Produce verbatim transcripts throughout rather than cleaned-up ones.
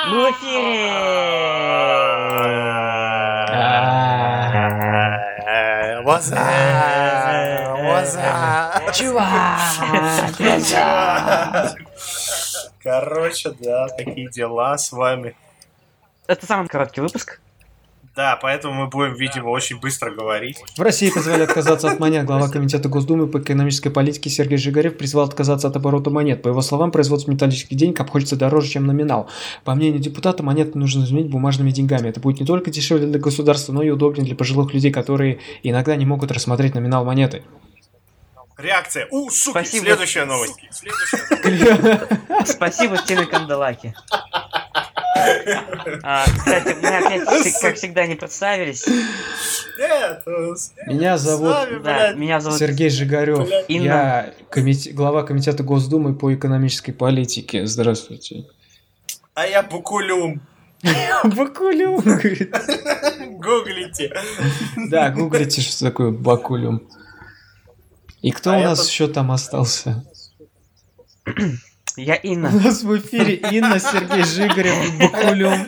Мы в эфире! Ваза! Ваза! Чувак! Короче, да, такие дела с вами. Это самый короткий выпуск. Да, поэтому мы будем, видимо, очень быстро говорить. В России позволяли отказаться от монет. Глава Комитета Госдумы по экономической политике Сергей Жигарев призвал отказаться от оборота монет. По его словам, производство металлических денег обходится дороже, чем номинал. По мнению депутата, монеты нужно заменить бумажными деньгами. Это будет не только дешевле для государства, но и удобнее для пожилых людей, которые иногда не могут рассмотреть номинал монеты. Реакция. У, сука, Спасибо. следующая новость. Спасибо, Стивен Канделаки. А, кстати, мы опять, как всегда, не представились. Нет, Меня зовут вами, Да, блядь. меня зовут Сергей Жигарев. Инна. Я комит- глава Комитета Госдумы по экономической политике. Здравствуйте. А я Букулюм. Бакулюм, говорит. Гуглите. Да, гуглите, что такое бакулюм. И кто А у я нас тут- еще там остался? Я У Инна. нас в эфире Инна, Сергей Жигарев и Бакулюм.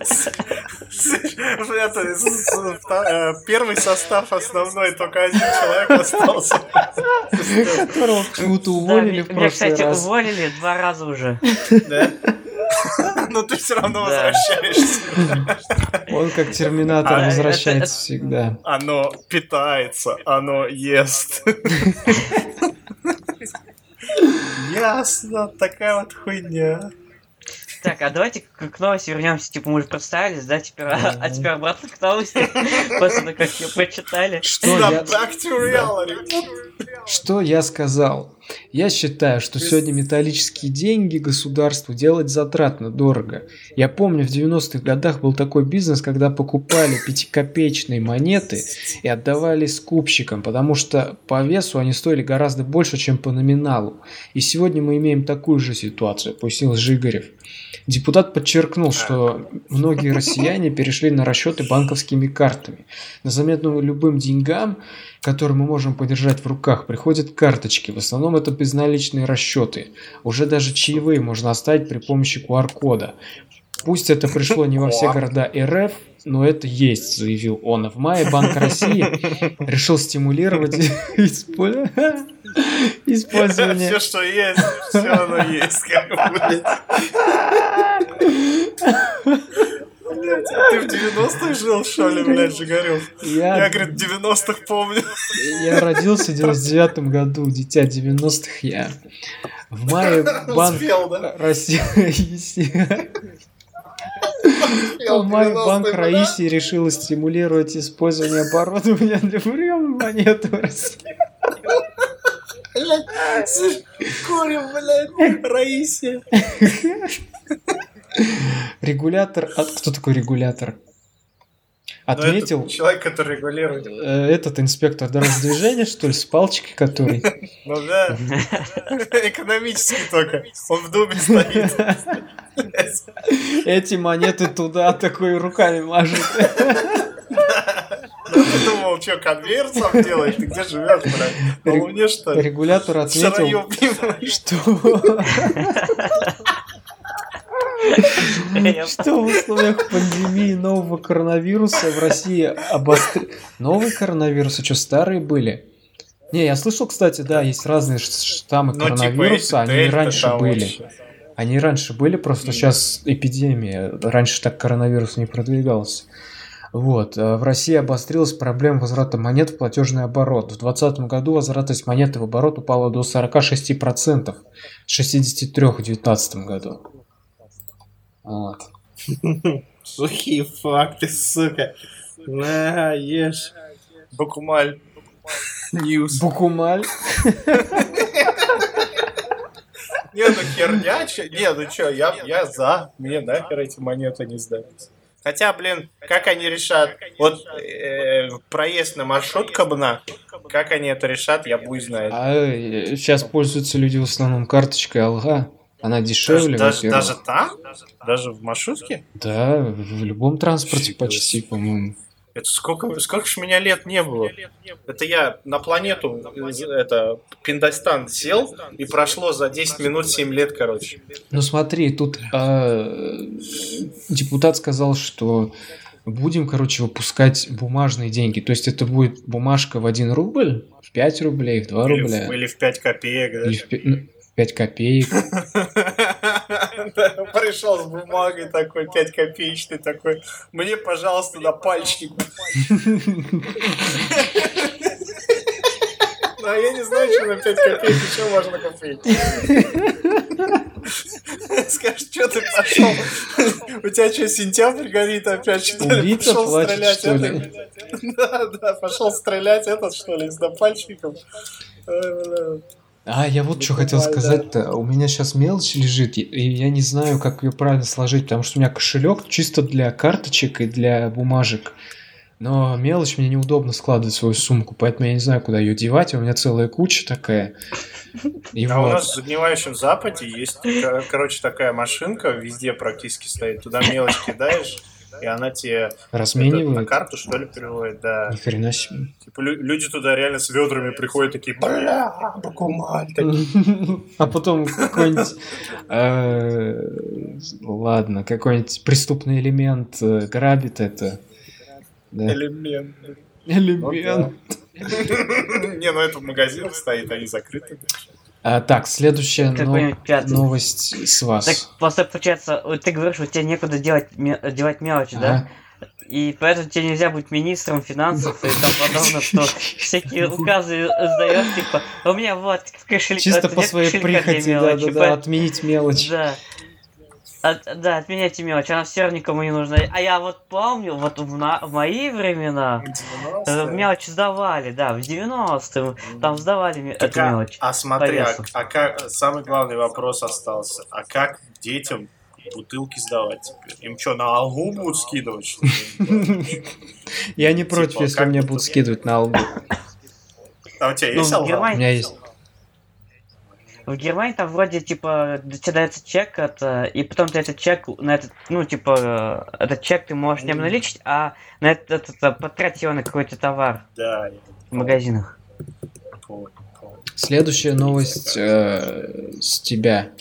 Это с- с- э, первый состав основной, только один человек остался. Которого почему-то Да, уволили меня, в меня, прошлый кстати, раз. уволили два раза уже. Да? Но ты все равно Да. возвращаешься. Он как терминатор А, возвращается это- всегда. Оно питается, оно ест. Ясно, такая вот хуйня. Так, а давайте к, к новости вернемся. Типа, мы уже представились, да? Теперь, а, а теперь обратно к новости. После того, как ее прочитали. Что Да, я, back to reality. что я сказал? Я считаю, что сегодня металлические деньги государству делать затратно дорого. Я помню, в девяностых годах был такой бизнес, когда покупали пятикопеечные монеты и отдавали скупщикам, потому что по весу они стоили гораздо больше, чем по номиналу. И сегодня мы имеем такую же ситуацию, пояснил Жигарев. Депутат подчеркнул, что многие россияне перешли на расчеты банковскими картами. На замену любым деньгам, которые мы можем подержать в руках, приходят карточки. В основном это безналичные расчеты. Уже даже чаевые можно оставить при помощи ку ар-кода. Пусть это пришло не во все города эр эф, но это есть, заявил он. В мае Банк России решил стимулировать испо- использование... Все, что есть, все оно есть. Как бы, блядь. Блядь, а ты в девяностых жил, что ли, блядь, Жигарев? Я, Я, говорит, в девяностых помню. я родился в девяносто девятом году, дитя девяностых я. В мае Банк Успел, да? России... Успел, В мае девяностые, Банк да? России решил стимулировать использование оборудования для приема монет в России. Блядь, слушай, курим, блядь, Раисе. Регулятор... от- Кто такой регулятор? Ну, Отметил это человек, который регулирует. э, этот инспектор дорожного движения, что ли, с палочкой, который... Ну да. Экономически только. Он в думе стоит. Эти монеты туда такой руками мажет. Ну ты думал, что, конвейер сам делаешь? Ты где живешь, блядь? На Регу- Луне, что ли? Регулятор отметил, Шароёб, блядь. что... Что в условиях пандемии нового коронавируса в России обостр... Новые коронавирусы, что, старые были? Не, я слышал, кстати, да, есть разные ш- штаммы Ну, типа, коронавируса, эти они и дельта раньше там были. вообще. Они и раньше были, просто сейчас эпидемия. Раньше так коронавирус не продвигался. Вот. а В России обострилась проблема возврата монет в платежный оборот. В двадцатом году возвратность монеты в оборот упала до сорок шесть процентов, с шестидесяти трёх в девятнадцатом году. Вот. Сухие факты, сука. На, ешь. Бакумаль. Ньюс. Букумаль. Не, ну херня, чё? Не, ну чё, я, я за. Мне нахер эти монеты не сдались. Хотя, блин, как они решат? Вот э, проезд на маршрутках, на, как они это решат, я буй знает. А э, сейчас пользуются люди в основном карточкой Алга. Она дешевле, даже, во-первых. даже там? Даже в маршрутке? Да, в любом транспорте Фига почти, себе. по-моему. Это сколько, сколько ж меня лет не было? Это я на планету, это, Пиндостан сел, и прошло за десять минут семь лет, короче. Ну смотри, тут э, депутат сказал, что будем, короче, выпускать бумажные деньги. То есть это будет бумажка в один рубль, в пять рублей, в два Или, рубля. в, или в пять копеек, да? Или в пи- ну, пять копеек. Пришел с бумагой такой, пять копеечный такой. Мне, пожалуйста, на пальчик. А я не знаю, что на пять копеек, еще можно купить. Скажешь, что ты пошел? У тебя что, сентябрь горит опять, что ли? Убийца Пошел плачет, стрелять что ли? этот? Да, да, пошел стрелять этот, что ли, с напальчиком. А, я вот что хотел сказать-то. У меня сейчас мелочь лежит, и и я не знаю, как ее правильно сложить, потому что у меня кошелек чисто для карточек и для бумажек. Но мелочь мне неудобно складывать в свою сумку, поэтому я не знаю, куда ее девать. У меня целая куча такая. И А у вот. нас в загнивающем Западе есть, кор- короче, такая машинка, везде практически стоит. Туда мелочь кидаешь, и она тебе это, на Разменивают. карту, что ли, переводит, да. Ни хрена себе. Типа лю- люди туда реально с ведрами приходят, такие, бля, бакумаль, такие. А потом какой-нибудь... э, Ладно, какой-нибудь преступный элемент э, грабит это. Да. Элемент. Элемент. Не, ну это в магазинах стоит, они закрыты. А, так, следующая но- Какой-нибудь пятый. новость с вас. Так просто получается, вот ты говоришь, вот тебе некуда делать, ме- делать мелочи, да? И поэтому тебе нельзя быть министром финансов и тому подобное, что всякие указы издаешь, типа, у меня вот в кошельке... Чисто вот по нет своей кошелька для прихоти, мелочи, да-да-да, поэтому- отменить мелочь. Да. От- да, отменяйте мелочь, она все равно никому не нужна. А я вот помню, вот в, на- в мои времена э, девяностые. мелочь сдавали, да, в девяностые там сдавали ме- Так, эту а, мелочь. а смотри, а, Повесу. а как самый главный вопрос остался. А как детям бутылки сдавать теперь? Им что, на алгу будут скидывать, что ли? Я не против, Типа, если как мне это? будут скидывать на алгу. А у тебя Ну, есть в алга? У Германии, меня есть. в Германии там вроде, типа, тебе дается чек, это, и потом ты этот чек, на этот, ну, типа, э, этот чек ты можешь не обналичить, а на этот, это, потратить его на какой-то товар Да, я в магазинах. понял, понял. Следующая новость э, с тебя.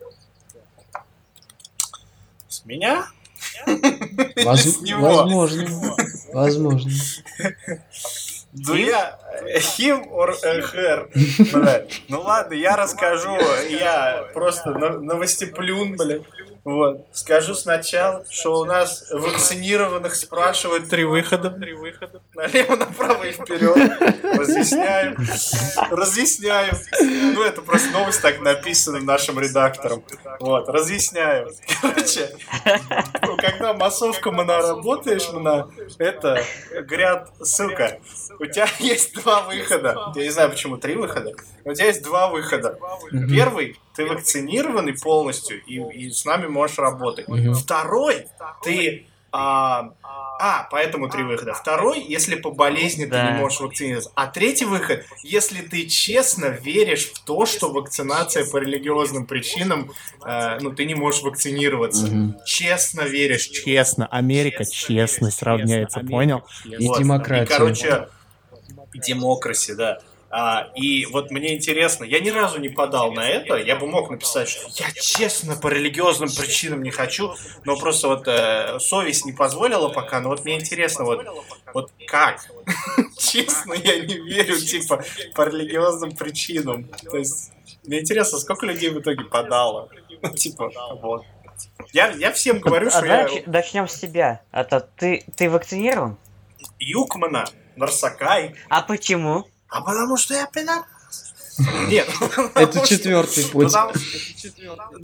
С меня? Воз- С него. Возможно. Возможно. Да я... Him or her? Блядь. Ну ладно, я расскажу. Я просто но- новостеплюн, блядь. Вот. Скажу сначала, что у нас вакцинированных спрашивают три выхода. Три выхода. Налево, направо и вперед. Разъясняю. Разъясняю. Ну, это просто новость так написана нашим редактором. Вот, разъясняю. Короче, ну, когда массовка мна работаешь, мна, это, говорят, ссылка, у тебя есть два выхода. Я не знаю, почему три выхода. У тебя есть два выхода. Мгм. Первый, ты вакцинированный полностью и, и с нами можешь работать. Мгм. Второй, ты... А, а, поэтому три выхода. Второй, если по болезни ты Да. не можешь вакцинироваться. А третий выход, если ты честно веришь в то, что вакцинация по религиозным причинам, э, ну, ты не можешь вакцинироваться. Мгм. Честно веришь. Честно, Америка честность равняется, понял? И Вот. демократия. И, короче, демокраси, да. А, и вот мне интересно, я ни разу не подал на это, я бы мог написать, что я честно по религиозным причинам не хочу, но просто вот э, совесть не позволила пока, но вот мне интересно, вот, вот как? Честно, я не верю, типа, по религиозным причинам. То есть, мне интересно, сколько людей в итоге подало? Ну, типа, вот. Я, я всем говорю, А что я давай начнем с тебя. Это ты, ты вакцинирован? Юкмана, Нарсакай. А почему? А потому что я пидорас. Нет. Это четвертый путь. Потому что...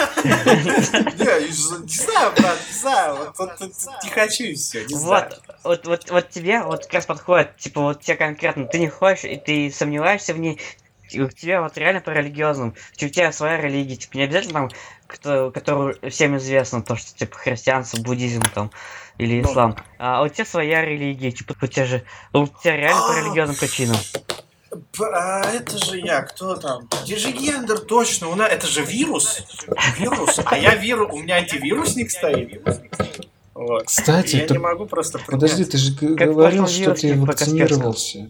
Не, не знаю, брат, не знаю. Вот, вот, вот, не хочу и все, не знаю. Вот, вот, вот, вот тебе вот как раз подходит, типа вот тебе конкретно, ты не хочешь и ты сомневаешься в ней, и у тебя вот реально по религиозному, у тебя своя религия, типа не обязательно там, кто, которую всем известно, то, что типа христианство, буддизм там, или Ну. ислам, а у тебя своя религия, типа у тебя же, у тебя реально по А. религиозным причинам. Б- А это же я, кто там? Дижигендер, точно, у нас, это же вирус. Вирус. А я вирус, у меня антивирусник стоит. Вот. Кстати, Я ты- не могу просто принять. Подожди, ты же г- Как говорил, прошлый что вирус, ты как по вакцинировался.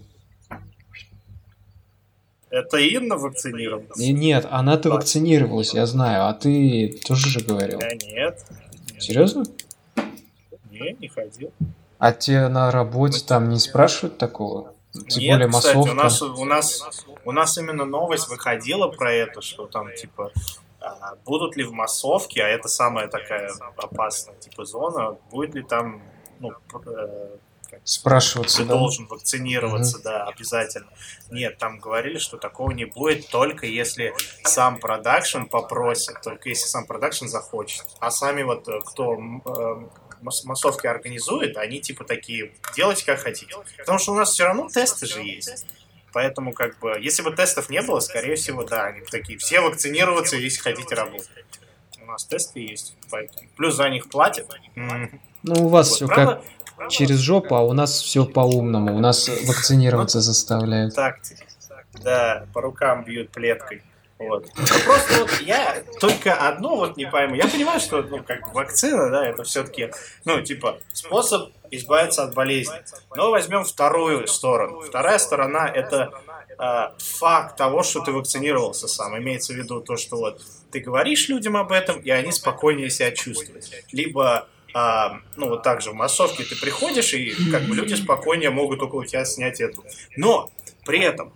Это Инна вакцинировалась? И нет, она-то Да. вакцинировалась, я знаю, а ты тоже же говорил. Я нет. Серьезно? Не, не ходил. А те на работе там не спрашивают такого? Тем Нет, более кстати, массовка. у нас, у, нас, у нас именно новость выходила про это, что там, типа, а, будут ли в массовке, а это самая такая опасная, типа, зона, будет ли там, ну, э, как Спрашиваться, ты да? должен вакцинироваться, да, обязательно. Нет, там говорили, что такого не будет, только если сам продакшн попросит, только если сам продакшн захочет. А сами вот, э, кто м, э, масс- массовки организует, они типа такие, делайте как хотите. Потому что у нас все равно тесты же есть. Поэтому, как бы, если бы тестов не было, скорее всего, да, они бы такие, все вакцинироваться, если хотите работать. У нас тесты есть, поэтому. Плюс за них платят. М. Ну, у вас Вот, все правда? как через жопу, а у нас все по-умному. У нас вакцинироваться заставляют. Тактика. Да, по рукам бьют плеткой. Вот. Ну, просто вот я только одно вот не пойму. Я понимаю, что ну, как бы вакцина, да, это все-таки, ну, типа, способ избавиться от болезни. Но возьмем вторую сторону. Вторая сторона это э, факт того, что ты вакцинировался сам. Имеется в виду то, что вот ты говоришь людям об этом, и они спокойнее себя чувствуют. Либо а, ну, вот так же в массовке ты приходишь, и как бы люди спокойнее могут около тебя снять эту. Но при этом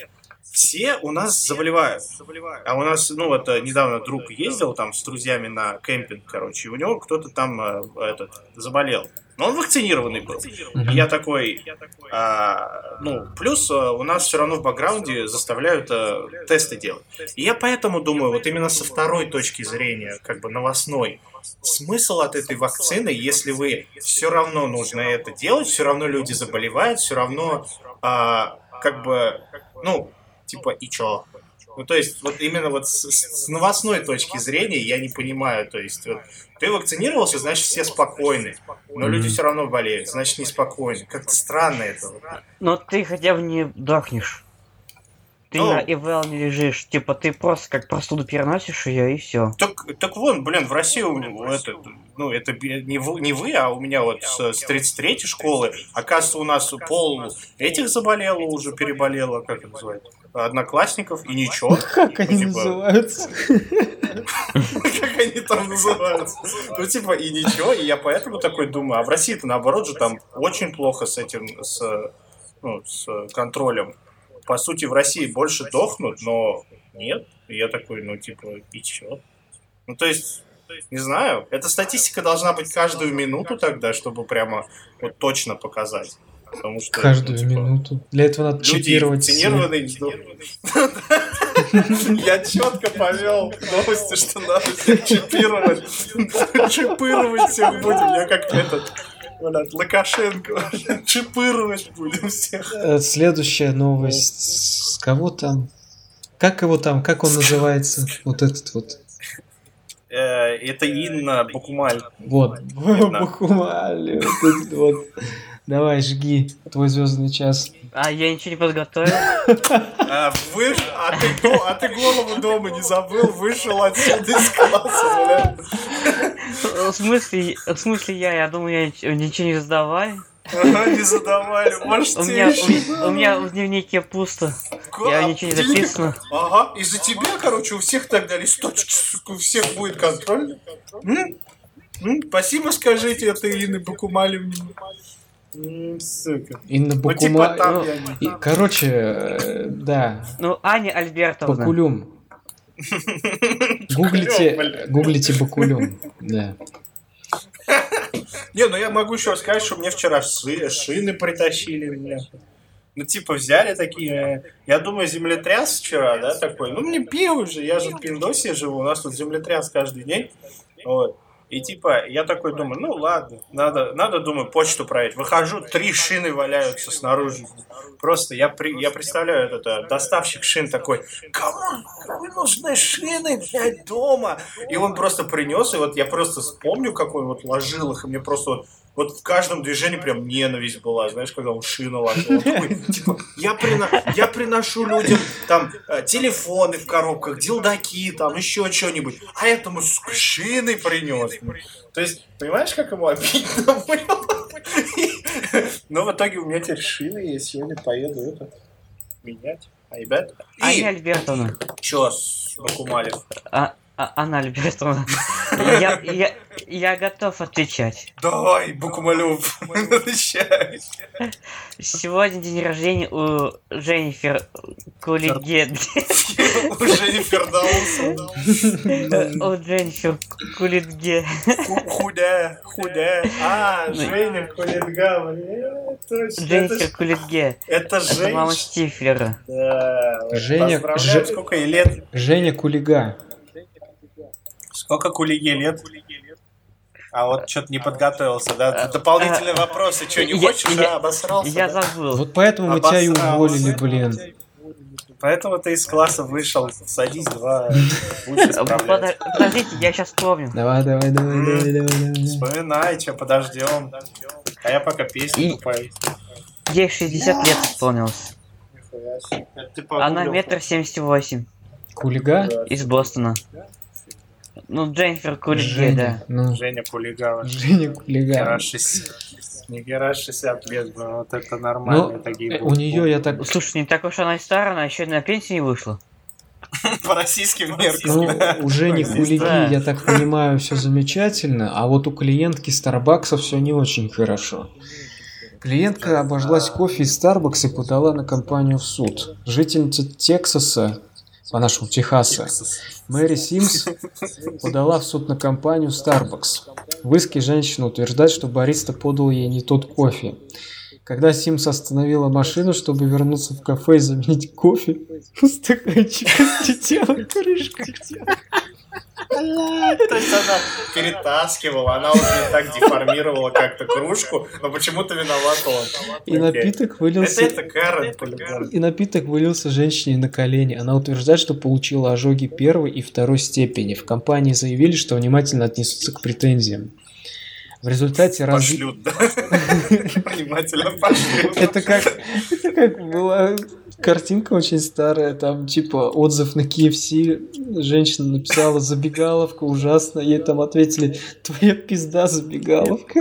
все у нас заболевают. А у нас, ну, вот э, недавно друг ездил там с друзьями на кемпинг, короче, и у него кто-то там э, этот, заболел. Но он вакцинированный был. И я такой, а, ну, плюс э, у нас все равно в бэкграунде заставляют э, тесты делать. И я поэтому думаю, вот именно со второй точки зрения, как бы новостной, смысл от этой вакцины, если вы все равно нужно это делать, все равно люди заболевают, все равно, а, как бы, ну, типа, и чё? Ну, то есть, вот именно вот с, с новостной точки зрения я не понимаю, то есть, вот, ты вакцинировался, значит, все спокойны, но люди все равно болеют, значит, неспокойны. Как-то странно это. Вот. Но ты хотя бы не дохнешь. Ты Ну. на ИВЛ не лежишь. Типа ты просто как простуду переносишь ее и все. Так, так вон, блин, в России, у- это, ну, это би- не вы, не вы, а у меня вот с, с тридцать третьей школы, оказывается, у нас пол этих заболело уже, переболело, как это называется, одноклассников, и ничего. Как они Типа, называются? Как они там называются? Ну, типа, и ничего, и я поэтому такой думаю, а в России-то, наоборот же, там очень плохо с этим, с, ну, с контролем. По сути, в России больше дохнут, но нет. И я такой, ну, типа, и чё? Ну, то есть, не знаю, эта статистика должна быть каждую минуту тогда, чтобы прямо вот точно показать. Потому что, Каждую ну, типа, минуту. Для этого надо люди чипировать всех. вакцинированные не дохнут. Я четко повел новости, что надо всех чипировать. Чипировать всех будем. Я как этот, блядь, Лукашенко. Чипировать будем всех. Э, Следующая новость. С кого там? Как его там? Как он называется? Вот этот вот. Э, Это Инна Бакумаль. Вот. Бахумали. Вот этот вот. Давай, жги. Твой звездный час. А я ничего не подготовил. А, вы, а, ты, го- а ты голову дома не забыл? Вышел отсюда из класса, блядь. В смысле, в смысле я? Я думаю, я нич- ничего не задавай. Ага, не задавали. Может, У тебе меня, еще у, у меня в дневнике пусто. Я ничего не записано. Ага, из-за тебя, короче, у всех тогда листочки, сука, у всех будет контроль. М? М? Спасибо скажите этой Инны Бакумалевне. М, Сука. Инна Ну, типа Бакума... там я И, не... короче, э, да. Ну, Аня Альбертовна. Бакулюм. Гуглите, гуглите Бакулюм. Да. Не, ну я могу еще сказать, что мне вчера ши- шины притащили меня. Ну, типа, взяли такие... Я думаю, землетряс вчера, да, такой. Ну, мне пиво же, я же в Пиндосе живу, у нас тут землетряс каждый день. Вот. И типа, я такой думаю, ну ладно, надо, надо, думаю, почту проверить. Выхожу, три шины валяются снаружи. Просто я, при, я представляю, этот а, доставщик шин такой, кому нахуй нужны шины, блядь, дома? И он просто принес, и вот я просто вспомню, как он вот ложил их, и мне просто вот, вот в каждом движении прям ненависть была, знаешь, когда он шину ложил. Он такой, типа, я, прино, я приношу людям там э, телефоны в коробках, дилдаки, там еще что-нибудь, а этому сука, шины принес. То есть, понимаешь, как ему обидно было? Но в итоге у меня теперь шины есть, сегодня поеду это менять. А, ребят? Аня Альбертовна. Чё с Бакумалев? А, а, Анна Альбертовна. Я, я, я готов отвечать. Давай, Бакумалев, отвечай. Сегодня день рождения у Дженнифер Кулиген. У Дженнифер Даунсон. У Дженнифер Кулиген. Худая, худая. А, Женя Кулинга, блин, точно. Дженнифер Кулиген. Это Это мама Женя. Стифлера. Да, Женя- поздравляем, Ж- сколько ей лет? Женя Кулига. Сколько Кулиге лет? А вот что-то не подготовился, да? Дополнительные вопросы. Что, не Я- хочешь, я- а? Обосрался, Я да? забыл. Вот поэтому мы тебя и Обосрался. уволили, блин. Поэтому ты из класса вышел. Садись, два. Будешь исправляться. Подо- Подождите, я сейчас помню. Давай, давай, давай, давай, давай, давай. Вспоминай, что, подождем. А я пока песню И- купаю. Ей шестьдесят лет исполнилось. Нихуя себе. Это ты Она погуглил? метр семьдесят восемь. Кулига? Из Бостона. Ну, Дженнифер Кулиге, Женя. да. Ну, Женя Кулигава. Женя Нихера Кулига. шестьдесят. Нихера шестьдесят лет, блин. Вот это нормально. Ну, такие э, у нее я так... Слушай, не так уж она и старая, она еще на пенсию не вышла. По российским меркам. Ну, у Жени Кулиги, Да. я так понимаю, все замечательно, а вот у клиентки Старбакса все не очень хорошо. Клиентка обожглась кофе из Starbucks и подала на компанию в суд. Жительница Тексаса, по-нашему Техаса, Мэри Симс подала в суд на компанию Starbucks. В иске женщина утверждает, что бариста подал ей не тот кофе. Когда Симс остановила машину, чтобы вернуться в кафе и заменить кофе, у стаканчика слетела крышка. То есть она перетаскивала, она уже не так деформировала как-то кружку, но почему-то виноват он. И Окей. напиток Это, вылился... это Карен, по-любому. И напиток вылился женщине на колени. Она утверждает, что получила ожоги первой и второй степени. В компании заявили, что внимательно отнесутся к претензиям. В результате раз... Пошлют, да? Внимательно пошлют. Это как, это как была картинка очень старая, там типа отзыв на кей эф си, женщина написала забегаловка ужасно, ей там ответили твоя пизда забегаловка.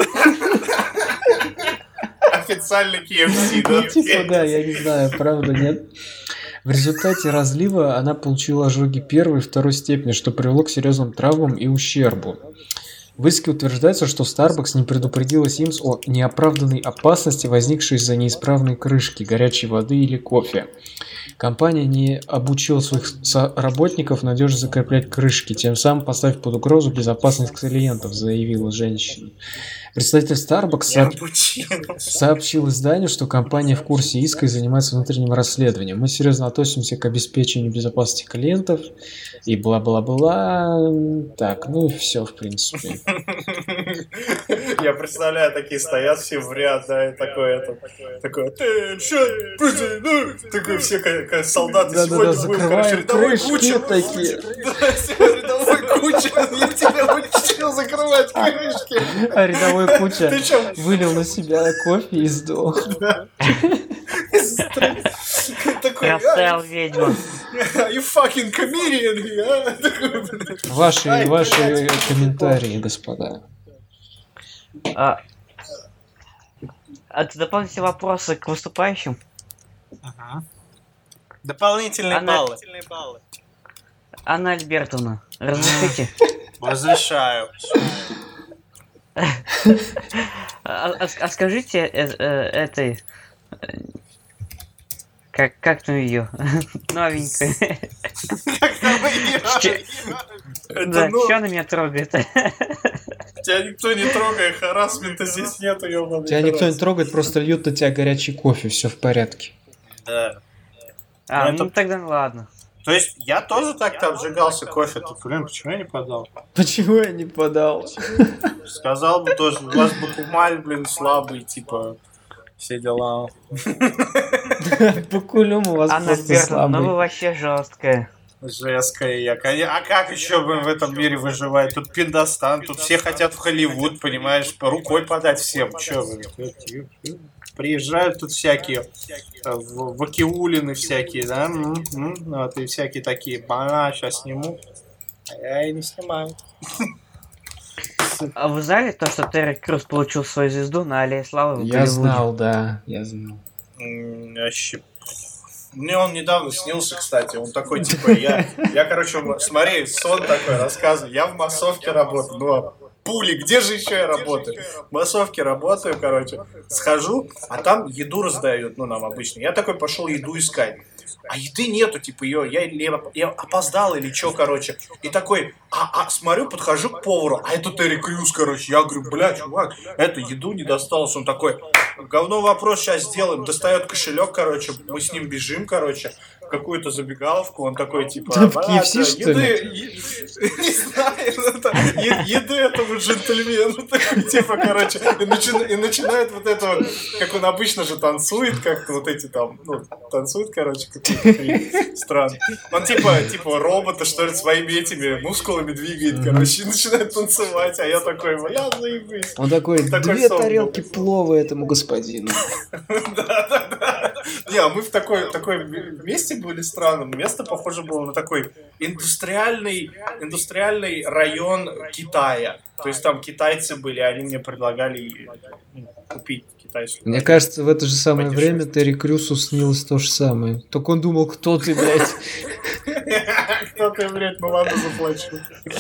Официально кей эф си, да? Ну, типа да, я не знаю, правда нет. В результате разлива она получила ожоги первой и второй степени, что привело к серьезным травмам и ущербу. В иске утверждается, что Starbucks не предупредила Симс о неоправданной опасности, возникшей из-за неисправной крышки, горячей воды или кофе. Компания не обучила своих работников надежно закреплять крышки, тем самым поставив под угрозу безопасность клиентов, заявила женщина. Представитель Starbucks сооб... сообщил изданию, что компания в курсе иска и занимается внутренним расследованием. Мы серьезно относимся к обеспечению безопасности клиентов и бла-бла-бла. Так, ну и все, в принципе. Я представляю, такие стоят все в ряд, да, и такое это, такое, attention, prisoner, такое все как солдаты Да-да-да, сегодня будем, короче, закрываем рядовой крышки куча. такие. Да, все, рядовой куча, я тебя учил закрывать крышки. А рядовой куча Ты чё? вылил на себя кофе и сдох. Такой, Растаял ведьма. you fucking comedian, а? Такой, блин. Ваши, Ай, ваши блядь. комментарии, господа. А, а ты дополнительные вопросы к выступающим? Дополнительные Она- баллы. Анна Альбертовна, разрешите? Разрешаю. А, а- а скажите э, э, этой... э, Как, как там ее? Новенькая. Да, ну, что она меня трогает? тебя никто не трогает, харассмента здесь нету, ёбаный. Тебя никто не харасмент. трогает, просто льют на тебя горячий кофе, все в порядке. Да. А, Это- ну тогда ладно. То есть я тоже так-то обжигался кофе. Ты, блин, почему я не подал? Почему я не подал? Сказал бы тоже, у вас бакумаль, блин, слабый, типа, все дела. Бакулем у вас Анна просто Альбертовна, ну вы слабый. вообще жесткая. Жесткая я, конечно. А как еще бы в этом мире выживать? Тут пиндостан, тут все хотят в Холливуд, понимаешь, по рукой подать всем. Че вы? Приезжают тут всякие э, в- вакиулины всякие, да? М, м, Вот, и всякие такие, бана, сейчас сниму. А я и не снимаю. А вы знали то, что Терри Крюс получил свою звезду на Аллее Славы в Я Голливуде? знал, да, я знал. М, Вообще. Мне он недавно снился, кстати. Он такой, типа, я, я, короче, м- смотри, сон такой рассказываю. Я в массовке работаю. Ну, а пули, где же еще я работаю? В массовке работаю, короче. Схожу, а там еду раздают, ну, нам обычно. Я такой пошел еду искать. А еды нету, типа, ее, я, я, я опоздал или что, короче. И такой, а, а смотрю, подхожу к повару, а это Терри Крюс, короче. Я говорю, бля, чувак, эту еду не досталось. Он такой, говно вопрос, сейчас сделаем. Достает кошелек, короче, мы с ним бежим, короче, в какую-то забегаловку. Он такой, типа, В «А, ки эф си, это что ли?» еды, е- не знаю, это, е- еды этому джентльмену. Такой, типа, короче, и, начи- и начинает вот это вот, как он обычно же танцует, как-то вот эти там, ну, танцует, короче, какой-то хрень странный. Он типа, типа робота, что ли, своими этими мускулами двигает, короче, и начинает танцевать, а я такой, бля, заебись. Он такой, Такой две сон был. тарелки плова этому господину. Да-да-да. Не, а мы в такой, такой месте были странном. Место похоже было на такой индустриальный, индустриальный район Китая. То есть там китайцы были, они мне предлагали ну, купить китайскую. Мне кажется, в это же самое Подешевле. время Терри Крюсу снилось то же самое. Только он думал, кто ты, блядь. Кто ты, блядь, ну ладно, заплачу.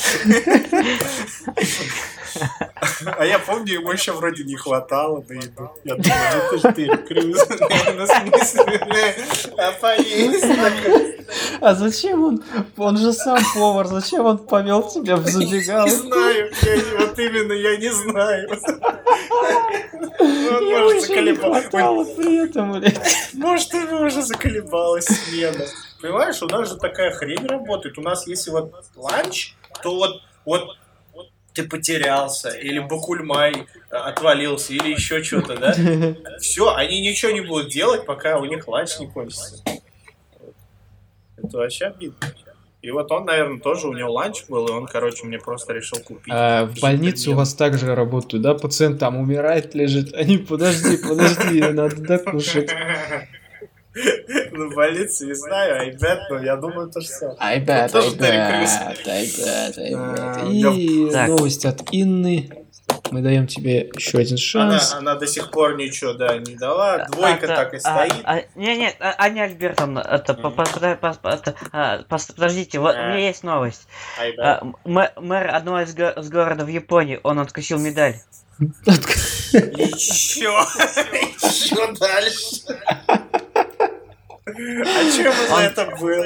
А я помню, ему еще вроде не хватало на еду. Я думаю, ну это же Терри Крюс. Ну, в смысле, бля, а поесть? А зачем он? Он же сам повар. Зачем он повел тебя в Не забегаловку? знаю, я не- вот именно я не знаю. Он, Ему может, еще не заколебал. хватало при этом, блядь. Может, ему уже заколебалась смена. Понимаешь, у нас же такая хрень работает. У нас, если вот ланч, то вот, вот ты потерялся, или бакульмай э, отвалился, или еще что-то, да? Все, они ничего не будут делать, пока у них ланч не кончится. Это вообще обидно. И вот он, наверное, тоже, у него ланч был, и он, короче, мне просто решил купить. А в больнице у вас также работают, да? Пациент там умирает, лежит. Они, подожди, подожди, надо докушать. Ну, в больнице не знаю, I bet, но я думаю, то же самое. I bet, Тоже I Терри Крюс. bet, I bet, I А, bet. И Так. новость от Инны. Мы даем тебе еще один Она, шанс. она до сих пор ничего, да, не дала. Двойка Это- так и а- стоит. а- Не, не, а- Аня Альбертовна, это, по- по- пода- по- по- это, а, пос- подождите, вот у А. меня есть новость. I bet. А, мэ- Мэр одного из го- из города в Японии, он откусил медаль. Еще, еще дальше. А что ему за Он- это было?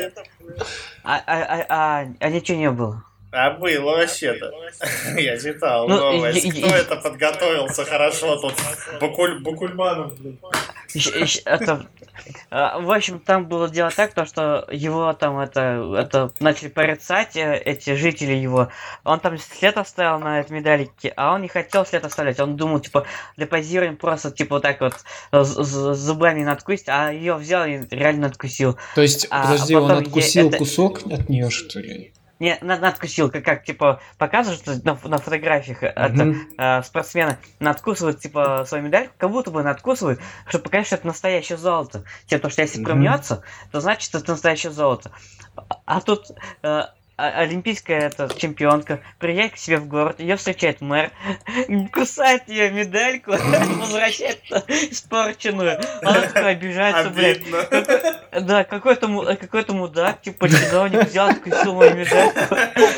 А, а, а, а, а ничего не было. А было вообще-то. Я читал Ну, новость. и- и- Кто и- это подготовился хорошо тут? Бакуль, Бакульманов. блин. Ещё- ещё это, а, в общем, там было дело так, то, что его там это, это начали порицать, э, эти жители его. Он там след оставил на этой медальке, а он не хотел след оставлять. Он думал, типа, для позирования просто, типа, вот так вот з- з- зубами надкусить, а ее взял и реально надкусил. То есть, А подожди, потом он е- откусил это- кусок от нее, что ли? Не, на- надкусил, как, как типа, показывают на, ф- на фотографиях, э, это, Мгм. э, спортсмены надкусывают, типа, свою медаль, как будто бы надкусывают, чтобы показать, что это настоящее золото. Типа, то, что если Мгм. промнется, то значит, это настоящее золото. А, а тут э, а- олимпийская эта чемпионка приезжает к себе в город, ее встречает мэр, кусает ее медальку, возвращает испорченную. Она такая обижается, блядь. Обидно. Да, какой-то му- какой-то мудак, типа, чиновник взял, откусил мою медальку.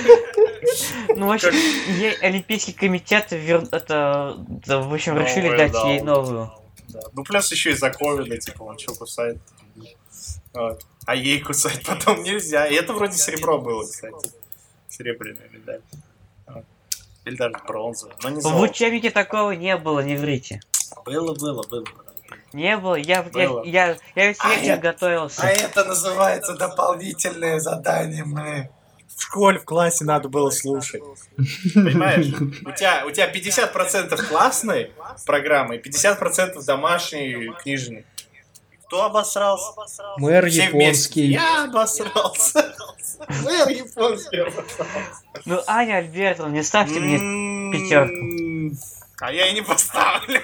Ну, в общем, ей Олимпийский комитет вер- это, да, в общем, решили Новую дать дал. ей новую. Да. Ну, плюс еще из-за ковида, типа, он что кусает. Вот. А ей кусать потом нельзя. И это вроде серебро было, кстати. Серебряная медаль. Вот. Или даже бронзовая. Но не В золото. учебнике такого не было, не врите. Было, было, было. Не было, я, Было. я, я, я весь А вечер это- готовился. А это называется дополнительное задание, мы. В школе, в классе надо было слушать. Понимаешь? У тебя, у тебя пятьдесят процентов классной программы и пятьдесят процентов домашней книжной. Кто обосрался? Мэр Все вместе. японский. Я обосрался. Мэр японский обосрался. Ну, Аня Альбертовна, не ставьте мне... М, пятерку. А я и не поставлю.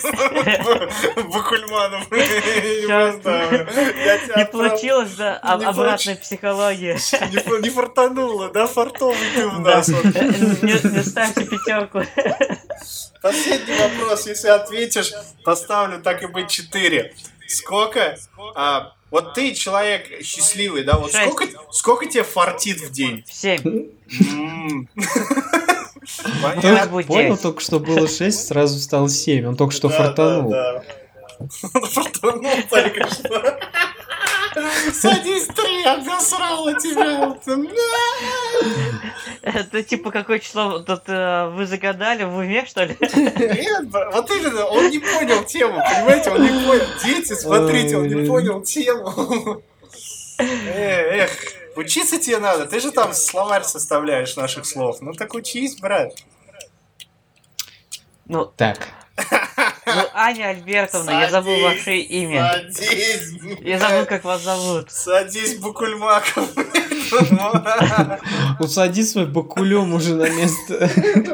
Бакульманов. Не поставлю. Я тебя Не отправлю. получилось, да, об- Не обратная психология. Не, фа- не фартануло, да? Фартовый ты у Да. нас. вот. Не, не ставьте пятерку. Последний вопрос, если ответишь, поставлю так и быть четыре. Сколько? А, вот ты человек счастливый, да? Вот Шесть. сколько, сколько тебе фартит в день? Семь. М. Пусть Понятно. будет Понял, девять. только что было шесть, сразу стало семь. Он только что Да, фартанул. да, да. Он фартанул только что. Садись, три, обосрала тебя. Это типа какое число тут э, вы загадали в уме, что ли? Нет, вот именно, он не понял тему, понимаете, он не понял. Дети, смотрите, он не Ой. понял тему. Эх, учиться тебе надо, ты же там словарь составляешь наших слов. Ну так учись, брат. Ну, Так, ну, Аня Альбертовна, я забыл Садись, ваше имя. Садись. Я забыл, как вас зовут. Садись, Букульмаков. усади свой бакулем уже на место.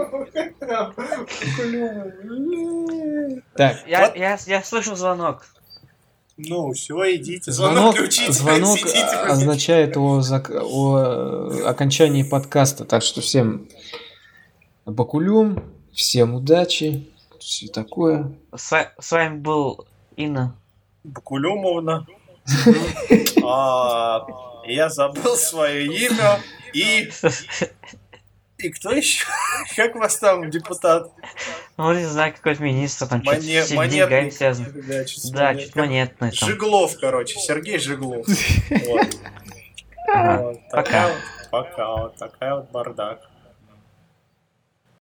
Так, Я, Вот. я, я слышу звонок. Ну, все, идите. Звонок звонок, для учителя, звонок сидите. означает о, зак- о э, окончании подкаста, так что всем бакулем, всем удачи, все такое. С, ва- с вами был Инна. Бакулемовна. А, Я забыл свое имя. И... И кто еще? Как вас там, депутат? Ну, не знаю, какой-то министр, там что-то Моне- с деньгами связано. Да, чё с Да, монет- чуть монетный там. Жиглов, короче, Сергей Жиглов. Вот. Ага, Вот, пока. такая вот- Пока, вот такая вот бардак.